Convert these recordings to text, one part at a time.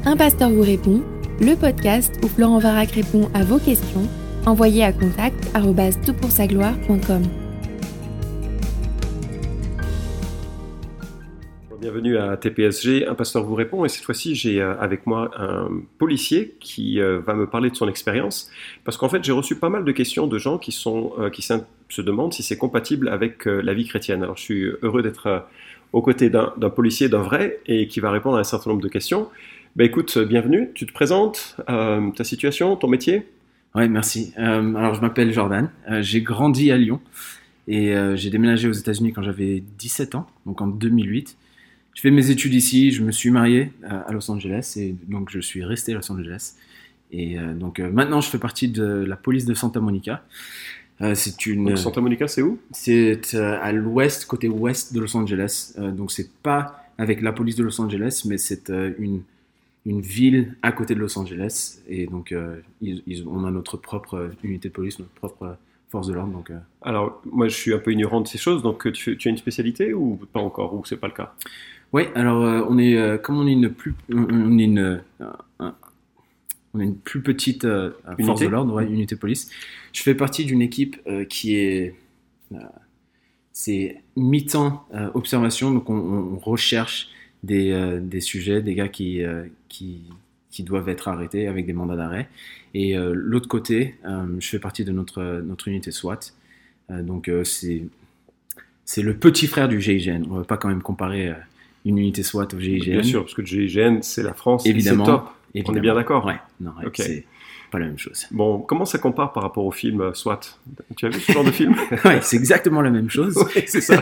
Un pasteur vous répond, le podcast où Florent Varac répond à vos questions, envoyez à contact@toutpoursagloire.com. Bienvenue à TPSG, un pasteur vous répond, et cette fois-ci j'ai avec moi un policier qui va me parler de son expérience, parce qu'en fait j'ai reçu pas mal de questions de gens qui se demandent si c'est compatible avec la vie chrétienne. Alors je suis heureux d'être aux côtés d'un policier, d'un vrai, et qui va répondre à un certain nombre de questions. Écoute, bienvenue, tu te présentes, ta situation, ton métier? Oui, merci. Alors je m'appelle Jordan, j'ai grandi à Lyon, et j'ai déménagé aux États-Unis quand j'avais 17 ans, donc en 2008. Je fais mes études ici, je me suis marié à Los Angeles et donc je suis resté à Los Angeles. Et donc maintenant je fais partie de la police de Santa Monica. Donc Santa Monica, c'est où? C'est à l'ouest, côté ouest de Los Angeles. Donc c'est pas avec la police de Los Angeles, mais c'est une ville à côté de Los Angeles. Et donc on a notre propre unité de police, notre propre force de l'ordre. Donc, Alors moi je suis un peu ignorant de ces choses, donc tu as une spécialité ou pas encore, ou c'est pas le cas? Oui, alors on est comme on est une plus petite force de l'ordre, unité police. Je fais partie d'une équipe qui est c'est mi-temps observation, donc on recherche des sujets, des gars qui doivent être arrêtés avec des mandats d'arrêt. Et l'autre côté, je fais partie de notre unité SWAT. Donc c'est le petit frère du GIGN. On ne va pas quand même comparer une unité SWAT au GIGN. Bien sûr, parce que le GIGN, c'est la France, évidemment, c'est top. Évidemment. On est bien d'accord? Ouais, non, okay. C'est pas la même chose. Bon, comment ça compare par rapport au film SWAT? Tu as vu ce genre de film? Oui, c'est exactement la même chose. Oui, c'est ça.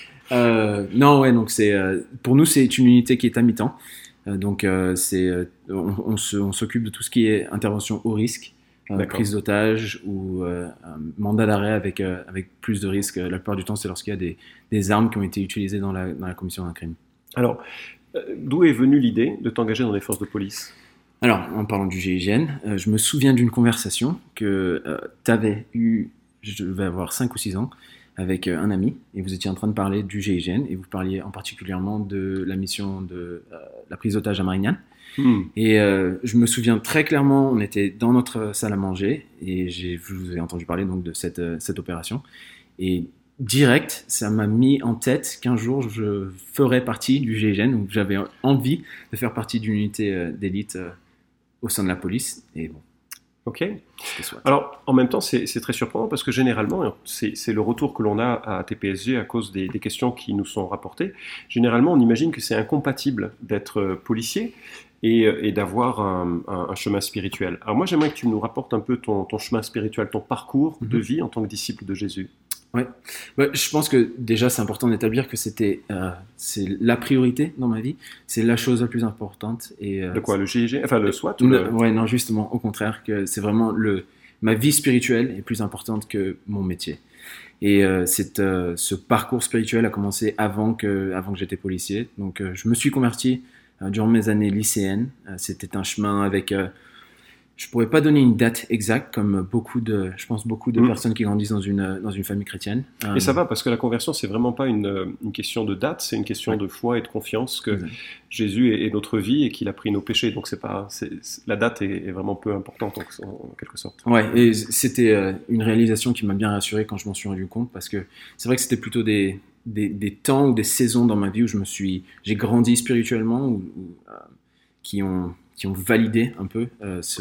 Non, ouais, donc pour nous, c'est une unité qui est à mi-temps. Donc, on s'occupe de tout ce qui est intervention au risque, prise d'otage ou mandat d'arrêt avec plus de risques. La plupart du temps, c'est lorsqu'il y a des armes qui ont été utilisées dans la commission d'un crime. Alors, d'où est venue l'idée de t'engager dans les forces de police? Alors, en parlant du GIGN, je me souviens d'une conversation que tu avais eue, je devais avoir 5 ou 6 ans, avec un ami, et vous étiez en train de parler du GIGN, et vous parliez en particulièrement de la mission de la prise d'otage à Marignane. Et je me souviens très clairement, on était dans notre salle à manger, et je vous ai entendu parler donc de cette opération, et direct, ça m'a mis en tête qu'un jour je ferais partie du GIGN, donc j'avais envie de faire partie d'une unité d'élite au sein de la police, et bon. Ok. Alors, en même temps, c'est très surprenant parce que généralement, c'est le retour que l'on a à TPSG à cause des questions qui nous sont rapportées. Généralement, on imagine que c'est incompatible d'être policier et d'avoir un chemin spirituel. Alors moi, j'aimerais que tu nous rapportes un peu ton chemin spirituel, ton parcours de vie en tant que disciple de Jésus. Ouais. Je pense que déjà c'est important d'établir que c'est la priorité dans ma vie, c'est la chose la plus importante. Et, de quoi, le GIGN, enfin le SWAT Ouais, non, justement, au contraire, que c'est vraiment ma vie spirituelle est plus importante que mon métier. Et ce parcours spirituel a commencé avant que j'étais policier. Donc je me suis converti durant mes années lycéennes. C'était un chemin avec... je pourrais pas donner une date exacte comme beaucoup de personnes qui grandissent dans une famille chrétienne. Et ça va parce que la conversion c'est vraiment pas une question de date, c'est une question de foi et de confiance que Jésus est notre vie et qu'il a pris nos péchés. Donc la date est vraiment peu importante en quelque sorte. Ouais, et c'était une réalisation qui m'a bien rassuré quand je m'en suis rendu compte parce que c'est vrai que c'était plutôt des temps ou des saisons dans ma vie où j'ai grandi spirituellement qui ont validé un peu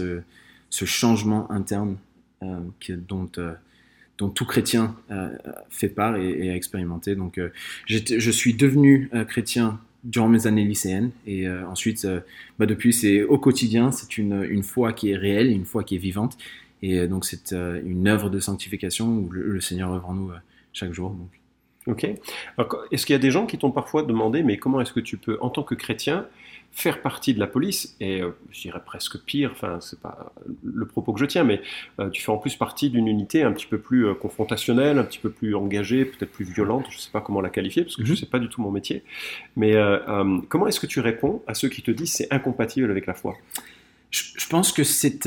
ce changement interne dont tout chrétien fait part et a expérimenté. Donc, je suis devenu chrétien durant mes années lycéennes et ensuite, depuis, c'est au quotidien, c'est une foi qui est réelle, une foi qui est vivante et donc c'est une œuvre de sanctification où le Seigneur œuvre en nous chaque jour. Donc. Ok. Alors, est-ce qu'il y a des gens qui t'ont parfois demandé, mais comment est-ce que tu peux, en tant que chrétien, faire partie de la police, et je dirais presque pire, enfin c'est pas le propos que je tiens, mais tu fais en plus partie d'une unité un petit peu plus confrontationnelle, un petit peu plus engagée, peut-être plus violente, je sais pas comment la qualifier, parce que je sais pas du tout mon métier, mais comment est-ce que tu réponds à ceux qui te disent c'est incompatible avec la foi? Je pense que c'est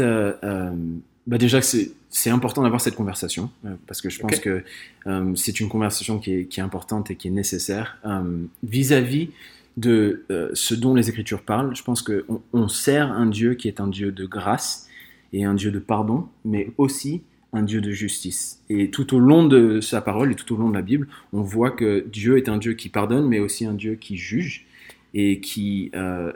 déjà que c'est important d'avoir cette conversation parce que je pense que c'est une conversation qui est importante et qui est nécessaire vis-à-vis de ce dont les Écritures parlent. Je pense qu'on sert un Dieu qui est un Dieu de grâce et un Dieu de pardon, mais aussi un Dieu de justice. Et tout au long de sa parole et tout au long de la Bible, on voit que Dieu est un Dieu qui pardonne, mais aussi un Dieu qui juge et qui a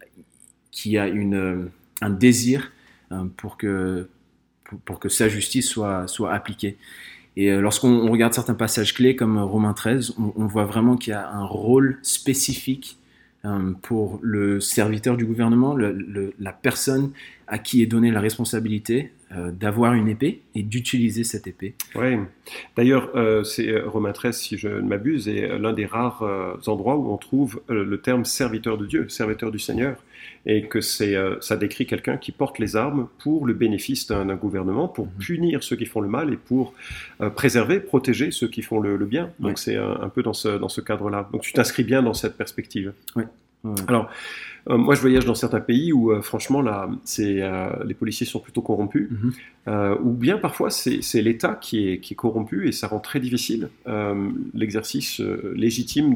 un désir pour que sa justice soit appliquée. Et lorsqu'on regarde certains passages clés comme Romains 13, on voit vraiment qu'il y a un rôle spécifique pour le serviteur du gouvernement, la personne à qui est donnée la responsabilité d'avoir une épée et d'utiliser cette épée. Oui. D'ailleurs, c'est Romains 13, si je ne m'abuse, est l'un des rares endroits où on trouve le terme serviteur de Dieu, serviteur du Seigneur, et que ça décrit quelqu'un qui porte les armes pour le bénéfice d'un gouvernement, pour punir ceux qui font le mal et pour préserver, protéger ceux qui font le bien. Donc c'est un peu dans ce cadre-là. Donc tu t'inscris bien dans cette perspective. Oui. Alors, moi je voyage dans certains pays où franchement là, les policiers sont plutôt corrompus, ou bien parfois c'est l'État qui est corrompu et ça rend très difficile l'exercice légitime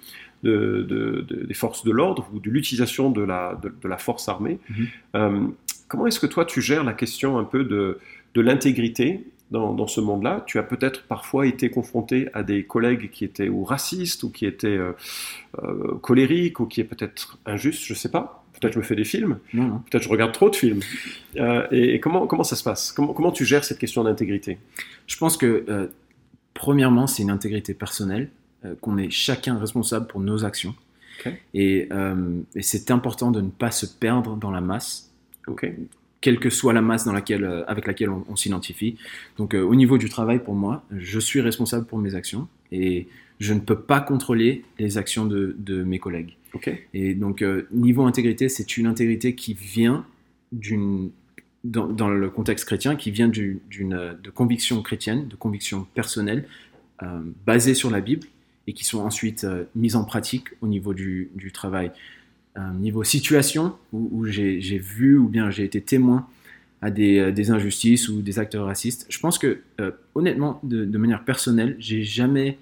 des forces de l'ordre ou de l'utilisation de la force armée. Comment est-ce que toi tu gères la question un peu de l'intégrité dans ce monde-là? Tu as peut-être parfois été confronté à des collègues qui étaient ou racistes ou qui étaient colériques ou qui est peut-être injustes, je ne sais pas. Peut-être je me fais des films, peut-être je regarde trop de films. Et comment ça se passe? Comment tu gères cette question d'intégrité? Je pense que premièrement, c'est une intégrité personnelle, qu'on est chacun responsable pour nos actions. Okay. Et c'est important de ne pas se perdre dans la masse. Okay. Quelle que soit la masse avec laquelle on s'identifie. Donc au niveau du travail, pour moi, je suis responsable pour mes actions et je ne peux pas contrôler les actions de mes collègues. Okay. Et donc niveau intégrité, c'est une intégrité qui vient dans le contexte chrétien, qui vient de convictions chrétiennes, de convictions personnelles, basées sur la Bible et qui sont ensuite mises en pratique au niveau du travail. Niveau situation où j'ai vu ou bien j'ai été témoin à des injustices ou des actes racistes, je pense que honnêtement de manière personnelle j'ai jamais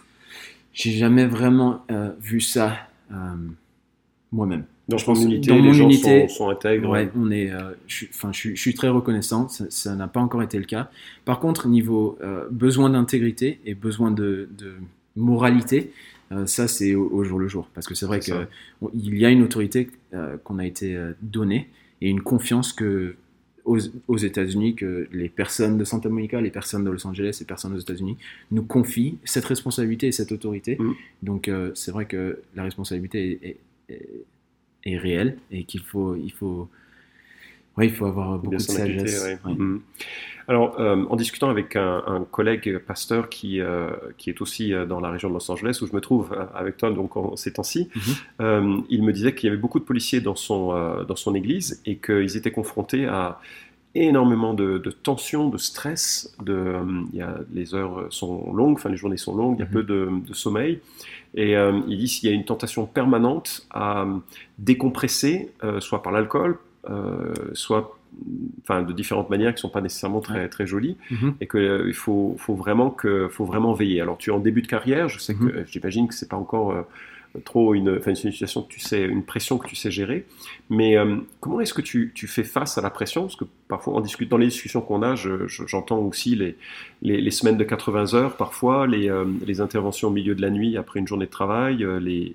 vraiment vu ça moi-même. Donc dans mon unité, sont intègres. Ouais, je suis très reconnaissant, ça n'a pas encore été le cas. Par contre, niveau besoin d'intégrité et besoin de moralité, ça c'est au jour le jour, parce que c'est vrai qu'il y a une autorité qu'on a été donnée et une confiance aux États-Unis, que les personnes de Santa Monica, les personnes de Los Angeles, les personnes aux États-Unis nous confient cette responsabilité et cette autorité. Donc c'est vrai que la responsabilité est réelle et qu'il faut avoir beaucoup de sagesse. Ouais. Alors, en discutant avec un collègue pasteur qui est aussi dans la région de Los Angeles, où je me trouve avec toi donc, ces temps-ci, il me disait qu'il y avait beaucoup de policiers dans son église et qu'ils étaient confrontés à énormément de tensions, de stress. Les heures sont longues, enfin les journées sont longues, il y a peu de sommeil. Et il dit qu'il y a une tentation permanente à décompresser, soit par l'alcool, soit de différentes manières qui ne sont pas nécessairement très, très jolies, et qu'il faut vraiment veiller. Alors tu es en début de carrière, je sais que j'imagine que ce n'est pas encore trop une situation que tu sais, une pression que tu sais gérer, mais comment est-ce que tu fais face à la pression? Parce que parfois dans les discussions qu'on a, j'entends aussi les semaines de 80 heures, parfois les interventions au milieu de la nuit après une journée de travail, le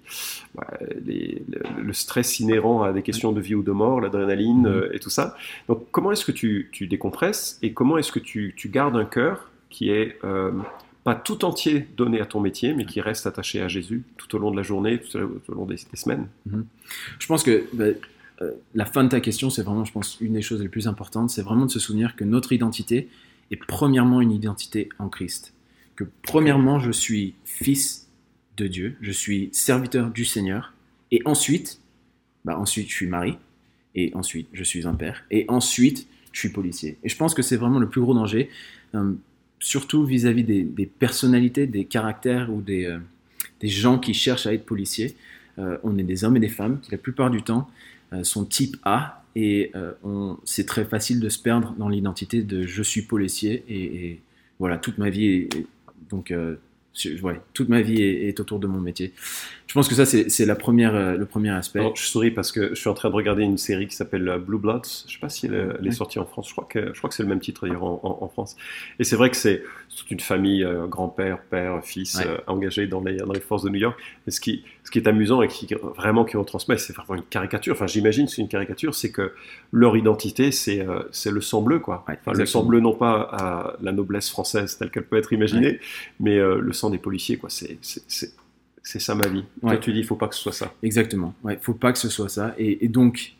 stress inhérent à des questions de vie ou de mort, l'adrénaline et tout ça. Donc comment est-ce que tu décompresses et comment est-ce que tu gardes un cœur qui est pas tout entier donné à ton métier, mais qui reste attaché à Jésus tout au long de la journée, tout au long des semaines? Je pense que la fin de ta question, c'est vraiment, je pense, une des choses les plus importantes, c'est vraiment de se souvenir que notre identité est premièrement une identité en Christ. Que premièrement, je suis fils de Dieu, je suis serviteur du Seigneur, et ensuite, je suis mari, et ensuite, je suis un père, et ensuite, je suis policier. Et je pense que c'est vraiment le plus gros danger, surtout vis-à-vis des personnalités, des caractères ou des gens qui cherchent à être policiers. On est des hommes et des femmes qui, la plupart du temps, sont type A et c'est très facile de se perdre dans l'identité de « je suis policier » et voilà, toute ma vie. Donc, toute ma vie est autour de mon métier. Je pense que ça, c'est le premier aspect. Alors, je souris parce que je suis en train de regarder une série qui s'appelle Blue Bloods. Je ne sais pas si elle est sortie en France. Je crois que c'est le même titre d'ailleurs en France. Et c'est vrai que c'est toute une famille, grand-père, père, fils, engagés dans les forces de New York. Et ce qui est amusant et qui retransmet, c'est vraiment une caricature. Enfin, j'imagine que c'est une caricature, c'est que leur identité, c'est le sang bleu, quoi. Ouais, enfin, le sang bleu, non pas à la noblesse française telle qu'elle peut être imaginée, mais le sang des policiers, quoi. C'est ça ma vie. Toi, tu dis, il faut pas que ce soit ça. Exactement. Ouais, faut pas que ce soit ça. Et donc,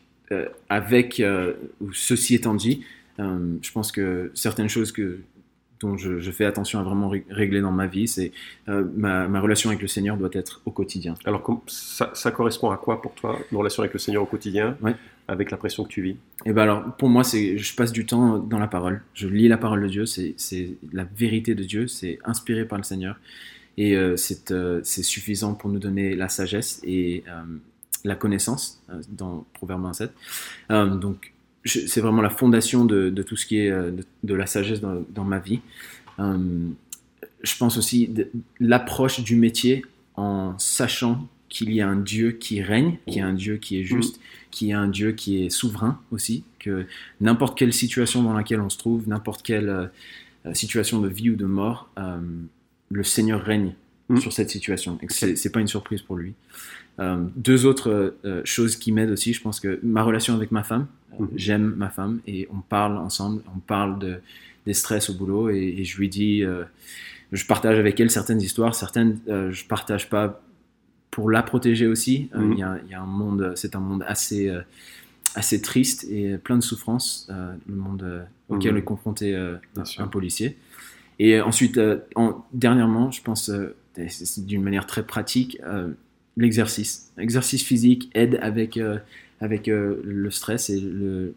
ceci étant dit, je pense que certaines choses dont je fais attention à vraiment régler dans ma vie, c'est ma relation avec le Seigneur doit être au quotidien. Alors, ça correspond à quoi pour toi, une relation avec le Seigneur au quotidien, avec la pression que tu vis? Et ben alors, pour moi, je passe du temps dans la parole. Je lis la parole de Dieu, c'est la vérité de Dieu, c'est inspiré par le Seigneur. Et c'est suffisant pour nous donner la sagesse et la connaissance dans Proverbe 1,7. Donc, c'est vraiment la fondation de tout ce qui est de la sagesse dans ma vie. Je pense aussi l'approche du métier en sachant qu'il y a un Dieu qui règne, qu'il y a un Dieu qui est juste, qu'il y a un Dieu qui est souverain aussi, que n'importe quelle situation dans laquelle on se trouve, n'importe quelle situation de vie ou de mort, le Seigneur règne sur cette situation et que c'est pas une surprise pour lui. Deux autres choses qui m'aident aussi, je pense que ma relation avec ma femme, j'aime ma femme et on parle ensemble, on parle des stress au boulot et je lui dis, je partage avec elle certaines histoires, certaines je partage pas pour la protéger aussi. Il y a un monde, c'est un monde assez triste et plein de souffrances, le monde auquel est confronté un policier. Et ensuite, dernièrement, je pense, d'une manière très pratique, l'exercice physique aide avec le stress et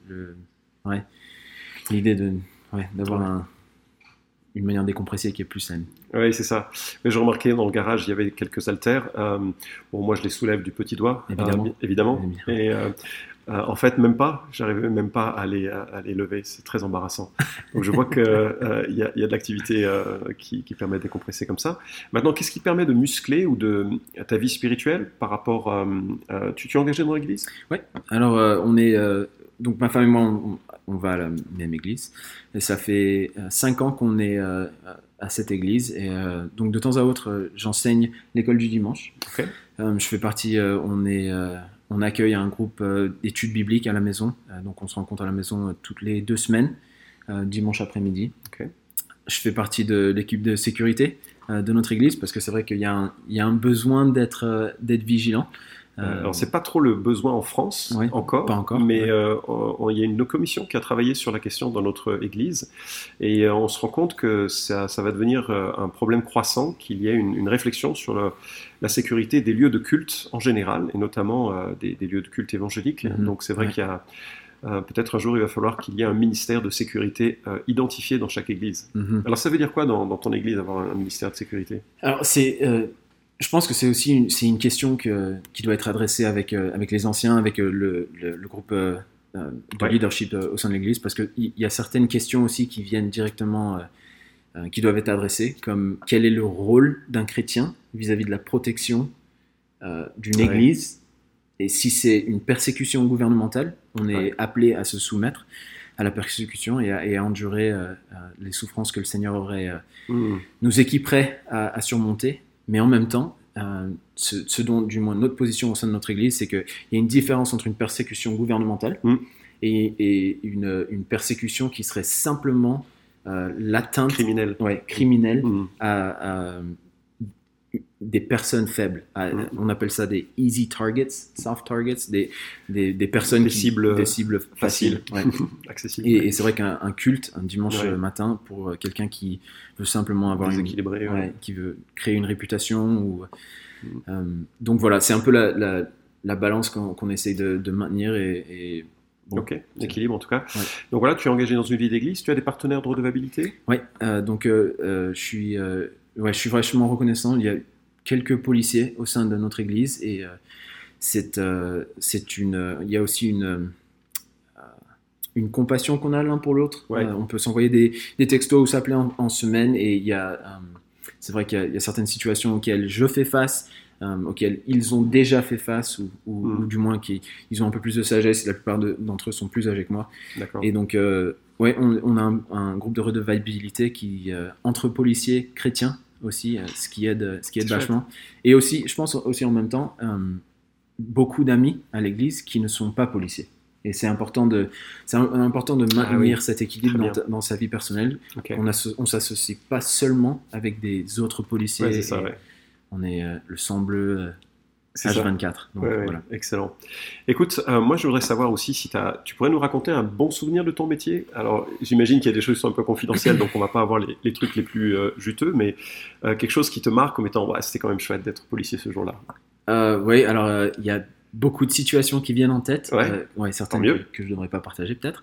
l'idée d'avoir une manière décompressée qui est plus saine. Oui, c'est ça. Mais je remarquais dans le garage, il y avait quelques haltères. Moi, je les soulève du petit doigt, évidemment. Et en fait, j'arrivais même pas à les lever. C'est très embarrassant. Donc, je vois qu'il y a de l'activité qui permet de décompresser comme ça. Maintenant, qu'est-ce qui permet de muscler ou ta vie spirituelle par rapport... tu es engagé dans l'église? Oui. Alors, donc ma femme et moi, on va à la même église. Et ça fait 5 ans qu'on est à cette église. Et donc, de temps à autre, j'enseigne l'école du dimanche. Okay. Je fais partie... on accueille un groupe d'études bibliques à la maison. Donc, on se rencontre à la maison toutes les 2 semaines, dimanche après-midi. Okay. Je fais partie de l'équipe de sécurité de notre église parce que c'est vrai qu'il y a un besoin d'être vigilant. Alors, c'est pas trop le besoin en France, encore. Pas encore. Mais il y a une commission qui a travaillé sur la question dans notre église. Et on se rend compte que ça va devenir un problème croissant, qu'il y ait une réflexion sur la sécurité des lieux de culte en général, et notamment des lieux de culte évangéliques. Donc, c'est vrai qu'il y a... peut-être un jour, il va falloir qu'il y ait un ministère de sécurité identifié dans chaque église. Alors, ça veut dire quoi dans ton église, avoir un ministère de sécurité? Alors, je pense que c'est aussi une question qui doit être adressée avec les anciens, avec le groupe de leadership au sein de l'Église, parce qu'il y a certaines questions aussi qui viennent directement, qui doivent être adressées, comme quel est le rôle d'un chrétien vis-à-vis de la protection d'une Église, et si c'est une persécution gouvernementale, on est appelé à se soumettre à la persécution et à endurer les souffrances que le Seigneur nous équiperait à surmonter. Mais en même temps, ce dont, du moins, notre position au sein de notre Église, c'est qu'il y a une différence entre une persécution gouvernementale et une persécution qui serait simplement l'atteinte criminelle à des personnes faibles. On appelle ça des easy targets, soft targets, des personnes des cibles faciles. Accessibles. Et c'est vrai qu'un culte, un dimanche matin, pour quelqu'un qui veut simplement avoir qui veut créer une réputation. Donc voilà, c'est un peu la balance qu'on essaye de maintenir. L'équilibre en tout cas. Donc voilà, tu es engagé dans une vie d'église, tu as des partenaires de redevabilité? Donc je suis vachement reconnaissant. Il y a quelques policiers au sein de notre église et il y a aussi une compassion qu'on a l'un pour l'autre. On peut s'envoyer des textos ou s'appeler en semaine et il y a c'est vrai qu'il y a certaines situations auxquelles je fais face, auxquelles ils ont déjà fait face, ou du moins qu'ils ont un peu plus de sagesse, et la plupart d'entre eux sont plus âgés que moi. D'accord. Et donc, ouais, on a un groupe de redevabilité qui, entre policiers chrétiens aussi, ce qui aide vachement. Et aussi, je pense aussi en même temps, beaucoup d'amis à l'église qui ne sont pas policiers. Et c'est important de maintenir cet équilibre dans sa vie personnelle. Okay. On ne s'associe pas seulement avec des autres policiers. Ouais, c'est ça, ouais. On est le sang bleu H24. Donc, voilà. Excellent. Écoute, moi je voudrais savoir aussi si tu pourrais nous raconter un bon souvenir de ton métier. Alors j'imagine qu'il y a des choses qui sont un peu confidentielles, donc on ne va pas avoir les trucs les plus juteux, mais quelque chose qui te marque comme étant c'était quand même chouette d'être policier ce jour-là. Oui, alors il y a beaucoup de situations qui viennent en tête, certaines que je ne devrais pas partager peut-être.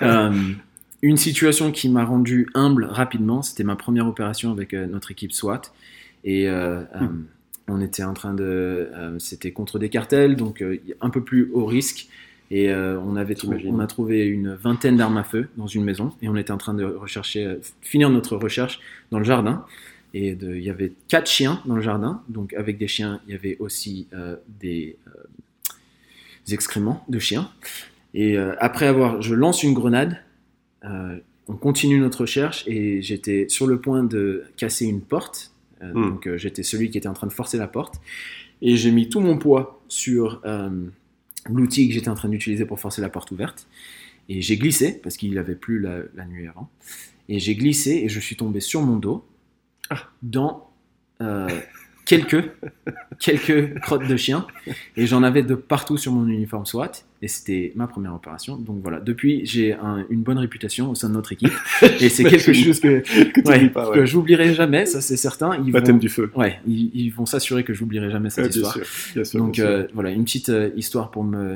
Une situation qui m'a rendu humble rapidement, c'était ma première opération avec notre équipe SWAT. Et on était en train c'était contre des cartels, donc un peu plus haut risque. Et on a trouvé une vingtaine d'armes à feu dans une maison. Et on était en train de finir notre recherche dans le jardin. Et il y avait 4 chiens dans le jardin. Donc avec des chiens, il y avait aussi des excréments de chiens. Et je lance une grenade. On continue notre recherche et j'étais sur le point de casser une porte. Donc j'étais celui qui était en train de forcer la porte. Et j'ai mis tout mon poids sur l'outil que j'étais en train d'utiliser pour forcer la porte ouverte. Et j'ai glissé, parce qu'il n'avait plus la nuit avant. Et j'ai glissé et je suis tombé sur mon dos dans quelques crottes de chiens. Et j'en avais de partout sur mon uniforme SWAT. Et c'était ma première opération. Donc voilà, depuis, j'ai une bonne réputation au sein de notre équipe. Et c'est quelque chose que j'oublierai jamais, ça c'est certain. Baptême du feu. Ouais, ils vont s'assurer que j'oublierai jamais cette histoire. Bien sûr, donc voilà, une petite histoire pour me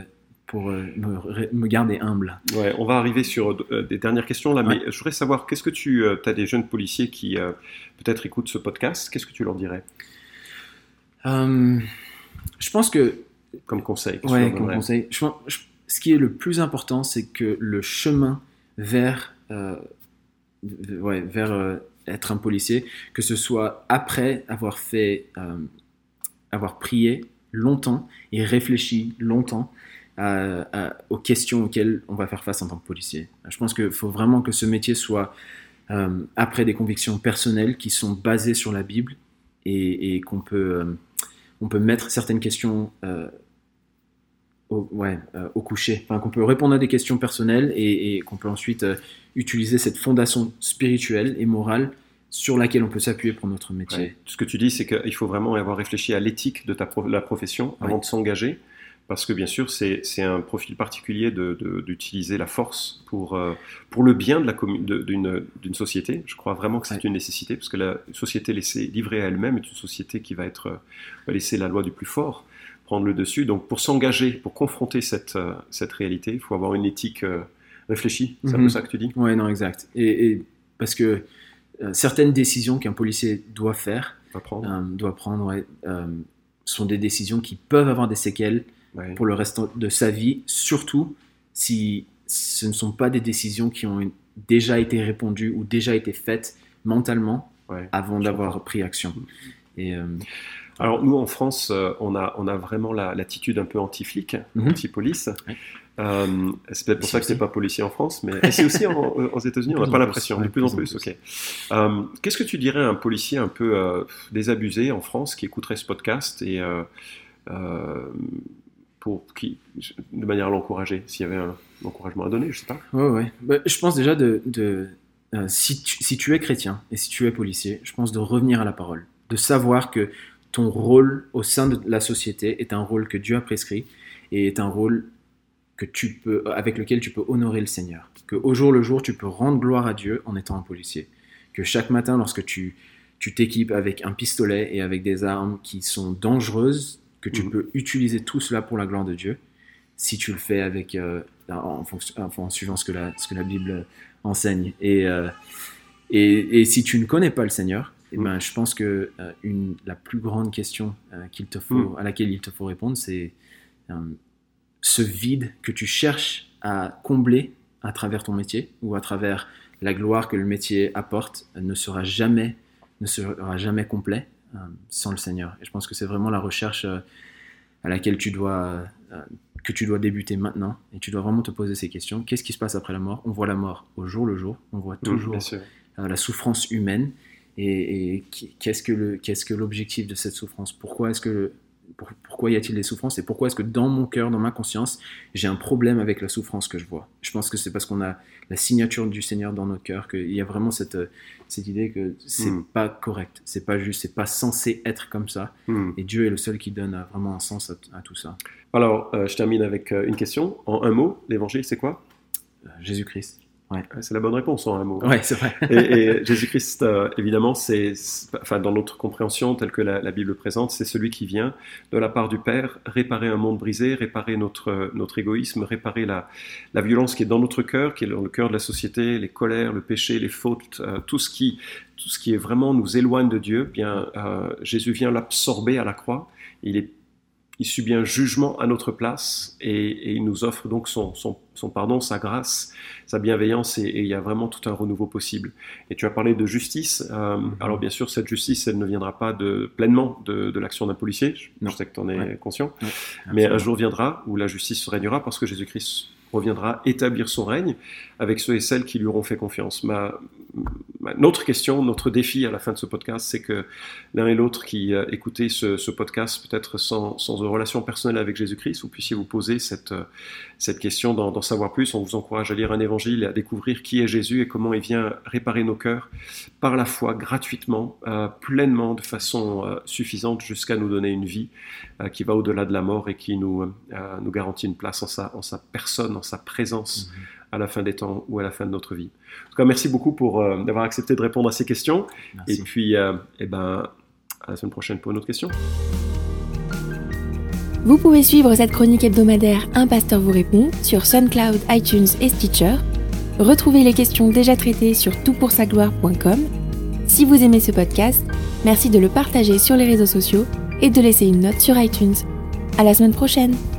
garder humble. Ouais, on va arriver sur des dernières questions là, mais je voudrais savoir, qu'est-ce que tu as des jeunes policiers qui peut-être écoutent ce podcast, qu'est-ce que tu leur dirais? Je pense que comme conseil. Comme conseil. Ce qui est le plus important, c'est que le chemin vers être un policier, que ce soit après avoir prié longtemps et réfléchi longtemps aux questions auxquelles on va faire face en tant que policier. Je pense qu'il faut vraiment que ce métier soit après des convictions personnelles qui sont basées sur la Bible et qu'on peut mettre certaines questions au coucher, enfin, qu'on peut répondre à des questions personnelles et qu'on peut ensuite utiliser cette fondation spirituelle et morale sur laquelle on peut s'appuyer pour notre métier. Ouais. Ce que tu dis, c'est qu'il faut vraiment avoir réfléchi à l'éthique de la profession avant de s'engager, parce que bien sûr, c'est un profil particulier d'utiliser la force pour le bien d'une société. Je crois vraiment que c'est une nécessité, parce que la société livrée à elle-même est une société qui va laisser la loi du plus fort prendre le dessus. Donc pour s'engager, pour confronter cette réalité, il faut avoir une éthique réfléchie. C'est un peu ça que tu dis? Oui, non, exact. Et parce que certaines décisions qu'un policier doit prendre, sont des décisions qui peuvent avoir des séquelles pour le reste de sa vie, surtout si ce ne sont pas des décisions qui ont déjà été répondues ou déjà été faites mentalement avant d'avoir pris action. Et alors nous en France, on a vraiment l'attitude un peu anti-flic, anti-police. C'est peut-être pour ça que tu n'es pas policier en France, mais ici aussi aux États-Unis, on n'a pas l'impression, de plus en plus. Ok. Qu'est-ce que tu dirais à un policier un peu désabusé en France qui écouterait ce podcast et de manière à l'encourager, s'il y avait un encouragement à donner, je ne sais pas. Ouais. Je pense déjà si tu es chrétien et si tu es policier, je pense de revenir à la parole, de savoir que ton rôle au sein de la société est un rôle que Dieu a prescrit et est un rôle avec lequel tu peux honorer le Seigneur. Qu'au jour le jour, tu peux rendre gloire à Dieu en étant un policier. Que chaque matin, lorsque tu t'équipes avec un pistolet et avec des armes qui sont dangereuses, que tu peux utiliser tout cela pour la gloire de Dieu, si tu le fais en suivant ce que la Bible enseigne. Et si tu ne connais pas le Seigneur, je pense que la plus grande question à laquelle il te faut répondre, c'est ce vide que tu cherches à combler à travers ton métier ou à travers la gloire que le métier apporte ne sera jamais ne sera jamais complet sans le Seigneur. Et je pense que c'est vraiment la recherche à laquelle que tu dois débuter maintenant. Et tu dois vraiment te poser ces questions. Qu'est-ce qui se passe après la mort? On voit la mort au jour le jour. On voit toujours la souffrance humaine. Et qu'est-ce que l'objectif de cette souffrance? Pourquoi y a-t-il des souffrances? Et pourquoi est-ce que dans mon cœur, dans ma conscience, j'ai un problème avec la souffrance que je vois? Je pense que c'est parce qu'on a la signature du Seigneur dans notre cœur, qu'il y a vraiment cette idée que c'est pas correct, c'est pas juste, c'est pas censé être comme ça. Et Dieu est le seul qui donne vraiment un sens à tout ça. Alors, je termine avec une question. En un mot, l'évangile, c'est quoi? Jésus-Christ. Ouais. C'est la bonne réponse en un mot. Ouais, c'est vrai. et Jésus-Christ, évidemment, dans notre compréhension telle que la Bible présente, c'est celui qui vient de la part du Père réparer un monde brisé, réparer notre égoïsme, réparer la violence qui est dans notre cœur, qui est dans le cœur de la société, les colères, le péché, les fautes, tout ce qui est vraiment nous éloigne de Dieu. Jésus vient l'absorber à la croix. Il subit un jugement à notre place et il nous offre donc son pardon, sa grâce, sa bienveillance et il y a vraiment tout un renouveau possible. Et tu as parlé de justice. Alors bien sûr, cette justice, elle ne viendra pas pleinement de l'action d'un policier. Je sais que tu en es conscient. Ouais, mais un jour viendra où la justice régnera parce que Jésus-Christ reviendra établir son règne avec ceux et celles qui lui auront fait confiance. Notre question, notre défi à la fin de ce podcast, c'est que l'un et l'autre qui écoutez ce podcast, peut-être sans relation personnelle avec Jésus-Christ, vous puissiez vous poser cette question d'en savoir plus. On vous encourage à lire un évangile et à découvrir qui est Jésus et comment il vient réparer nos cœurs par la foi, gratuitement, pleinement, de façon suffisante, jusqu'à nous donner une vie qui va au-delà de la mort et qui nous garantit une place en sa personne, en sa présence à la fin des temps ou à la fin de notre vie. En tout cas, merci beaucoup d'avoir accepté de répondre à ces questions. Merci. Et puis, à la semaine prochaine pour une autre question. Vous pouvez suivre cette chronique hebdomadaire Un pasteur vous répond sur SoundCloud, iTunes et Stitcher. Retrouvez les questions déjà traitées sur toutpoursagloire.com. Si vous aimez ce podcast, merci de le partager sur les réseaux sociaux et de laisser une note sur iTunes. À la semaine prochaine!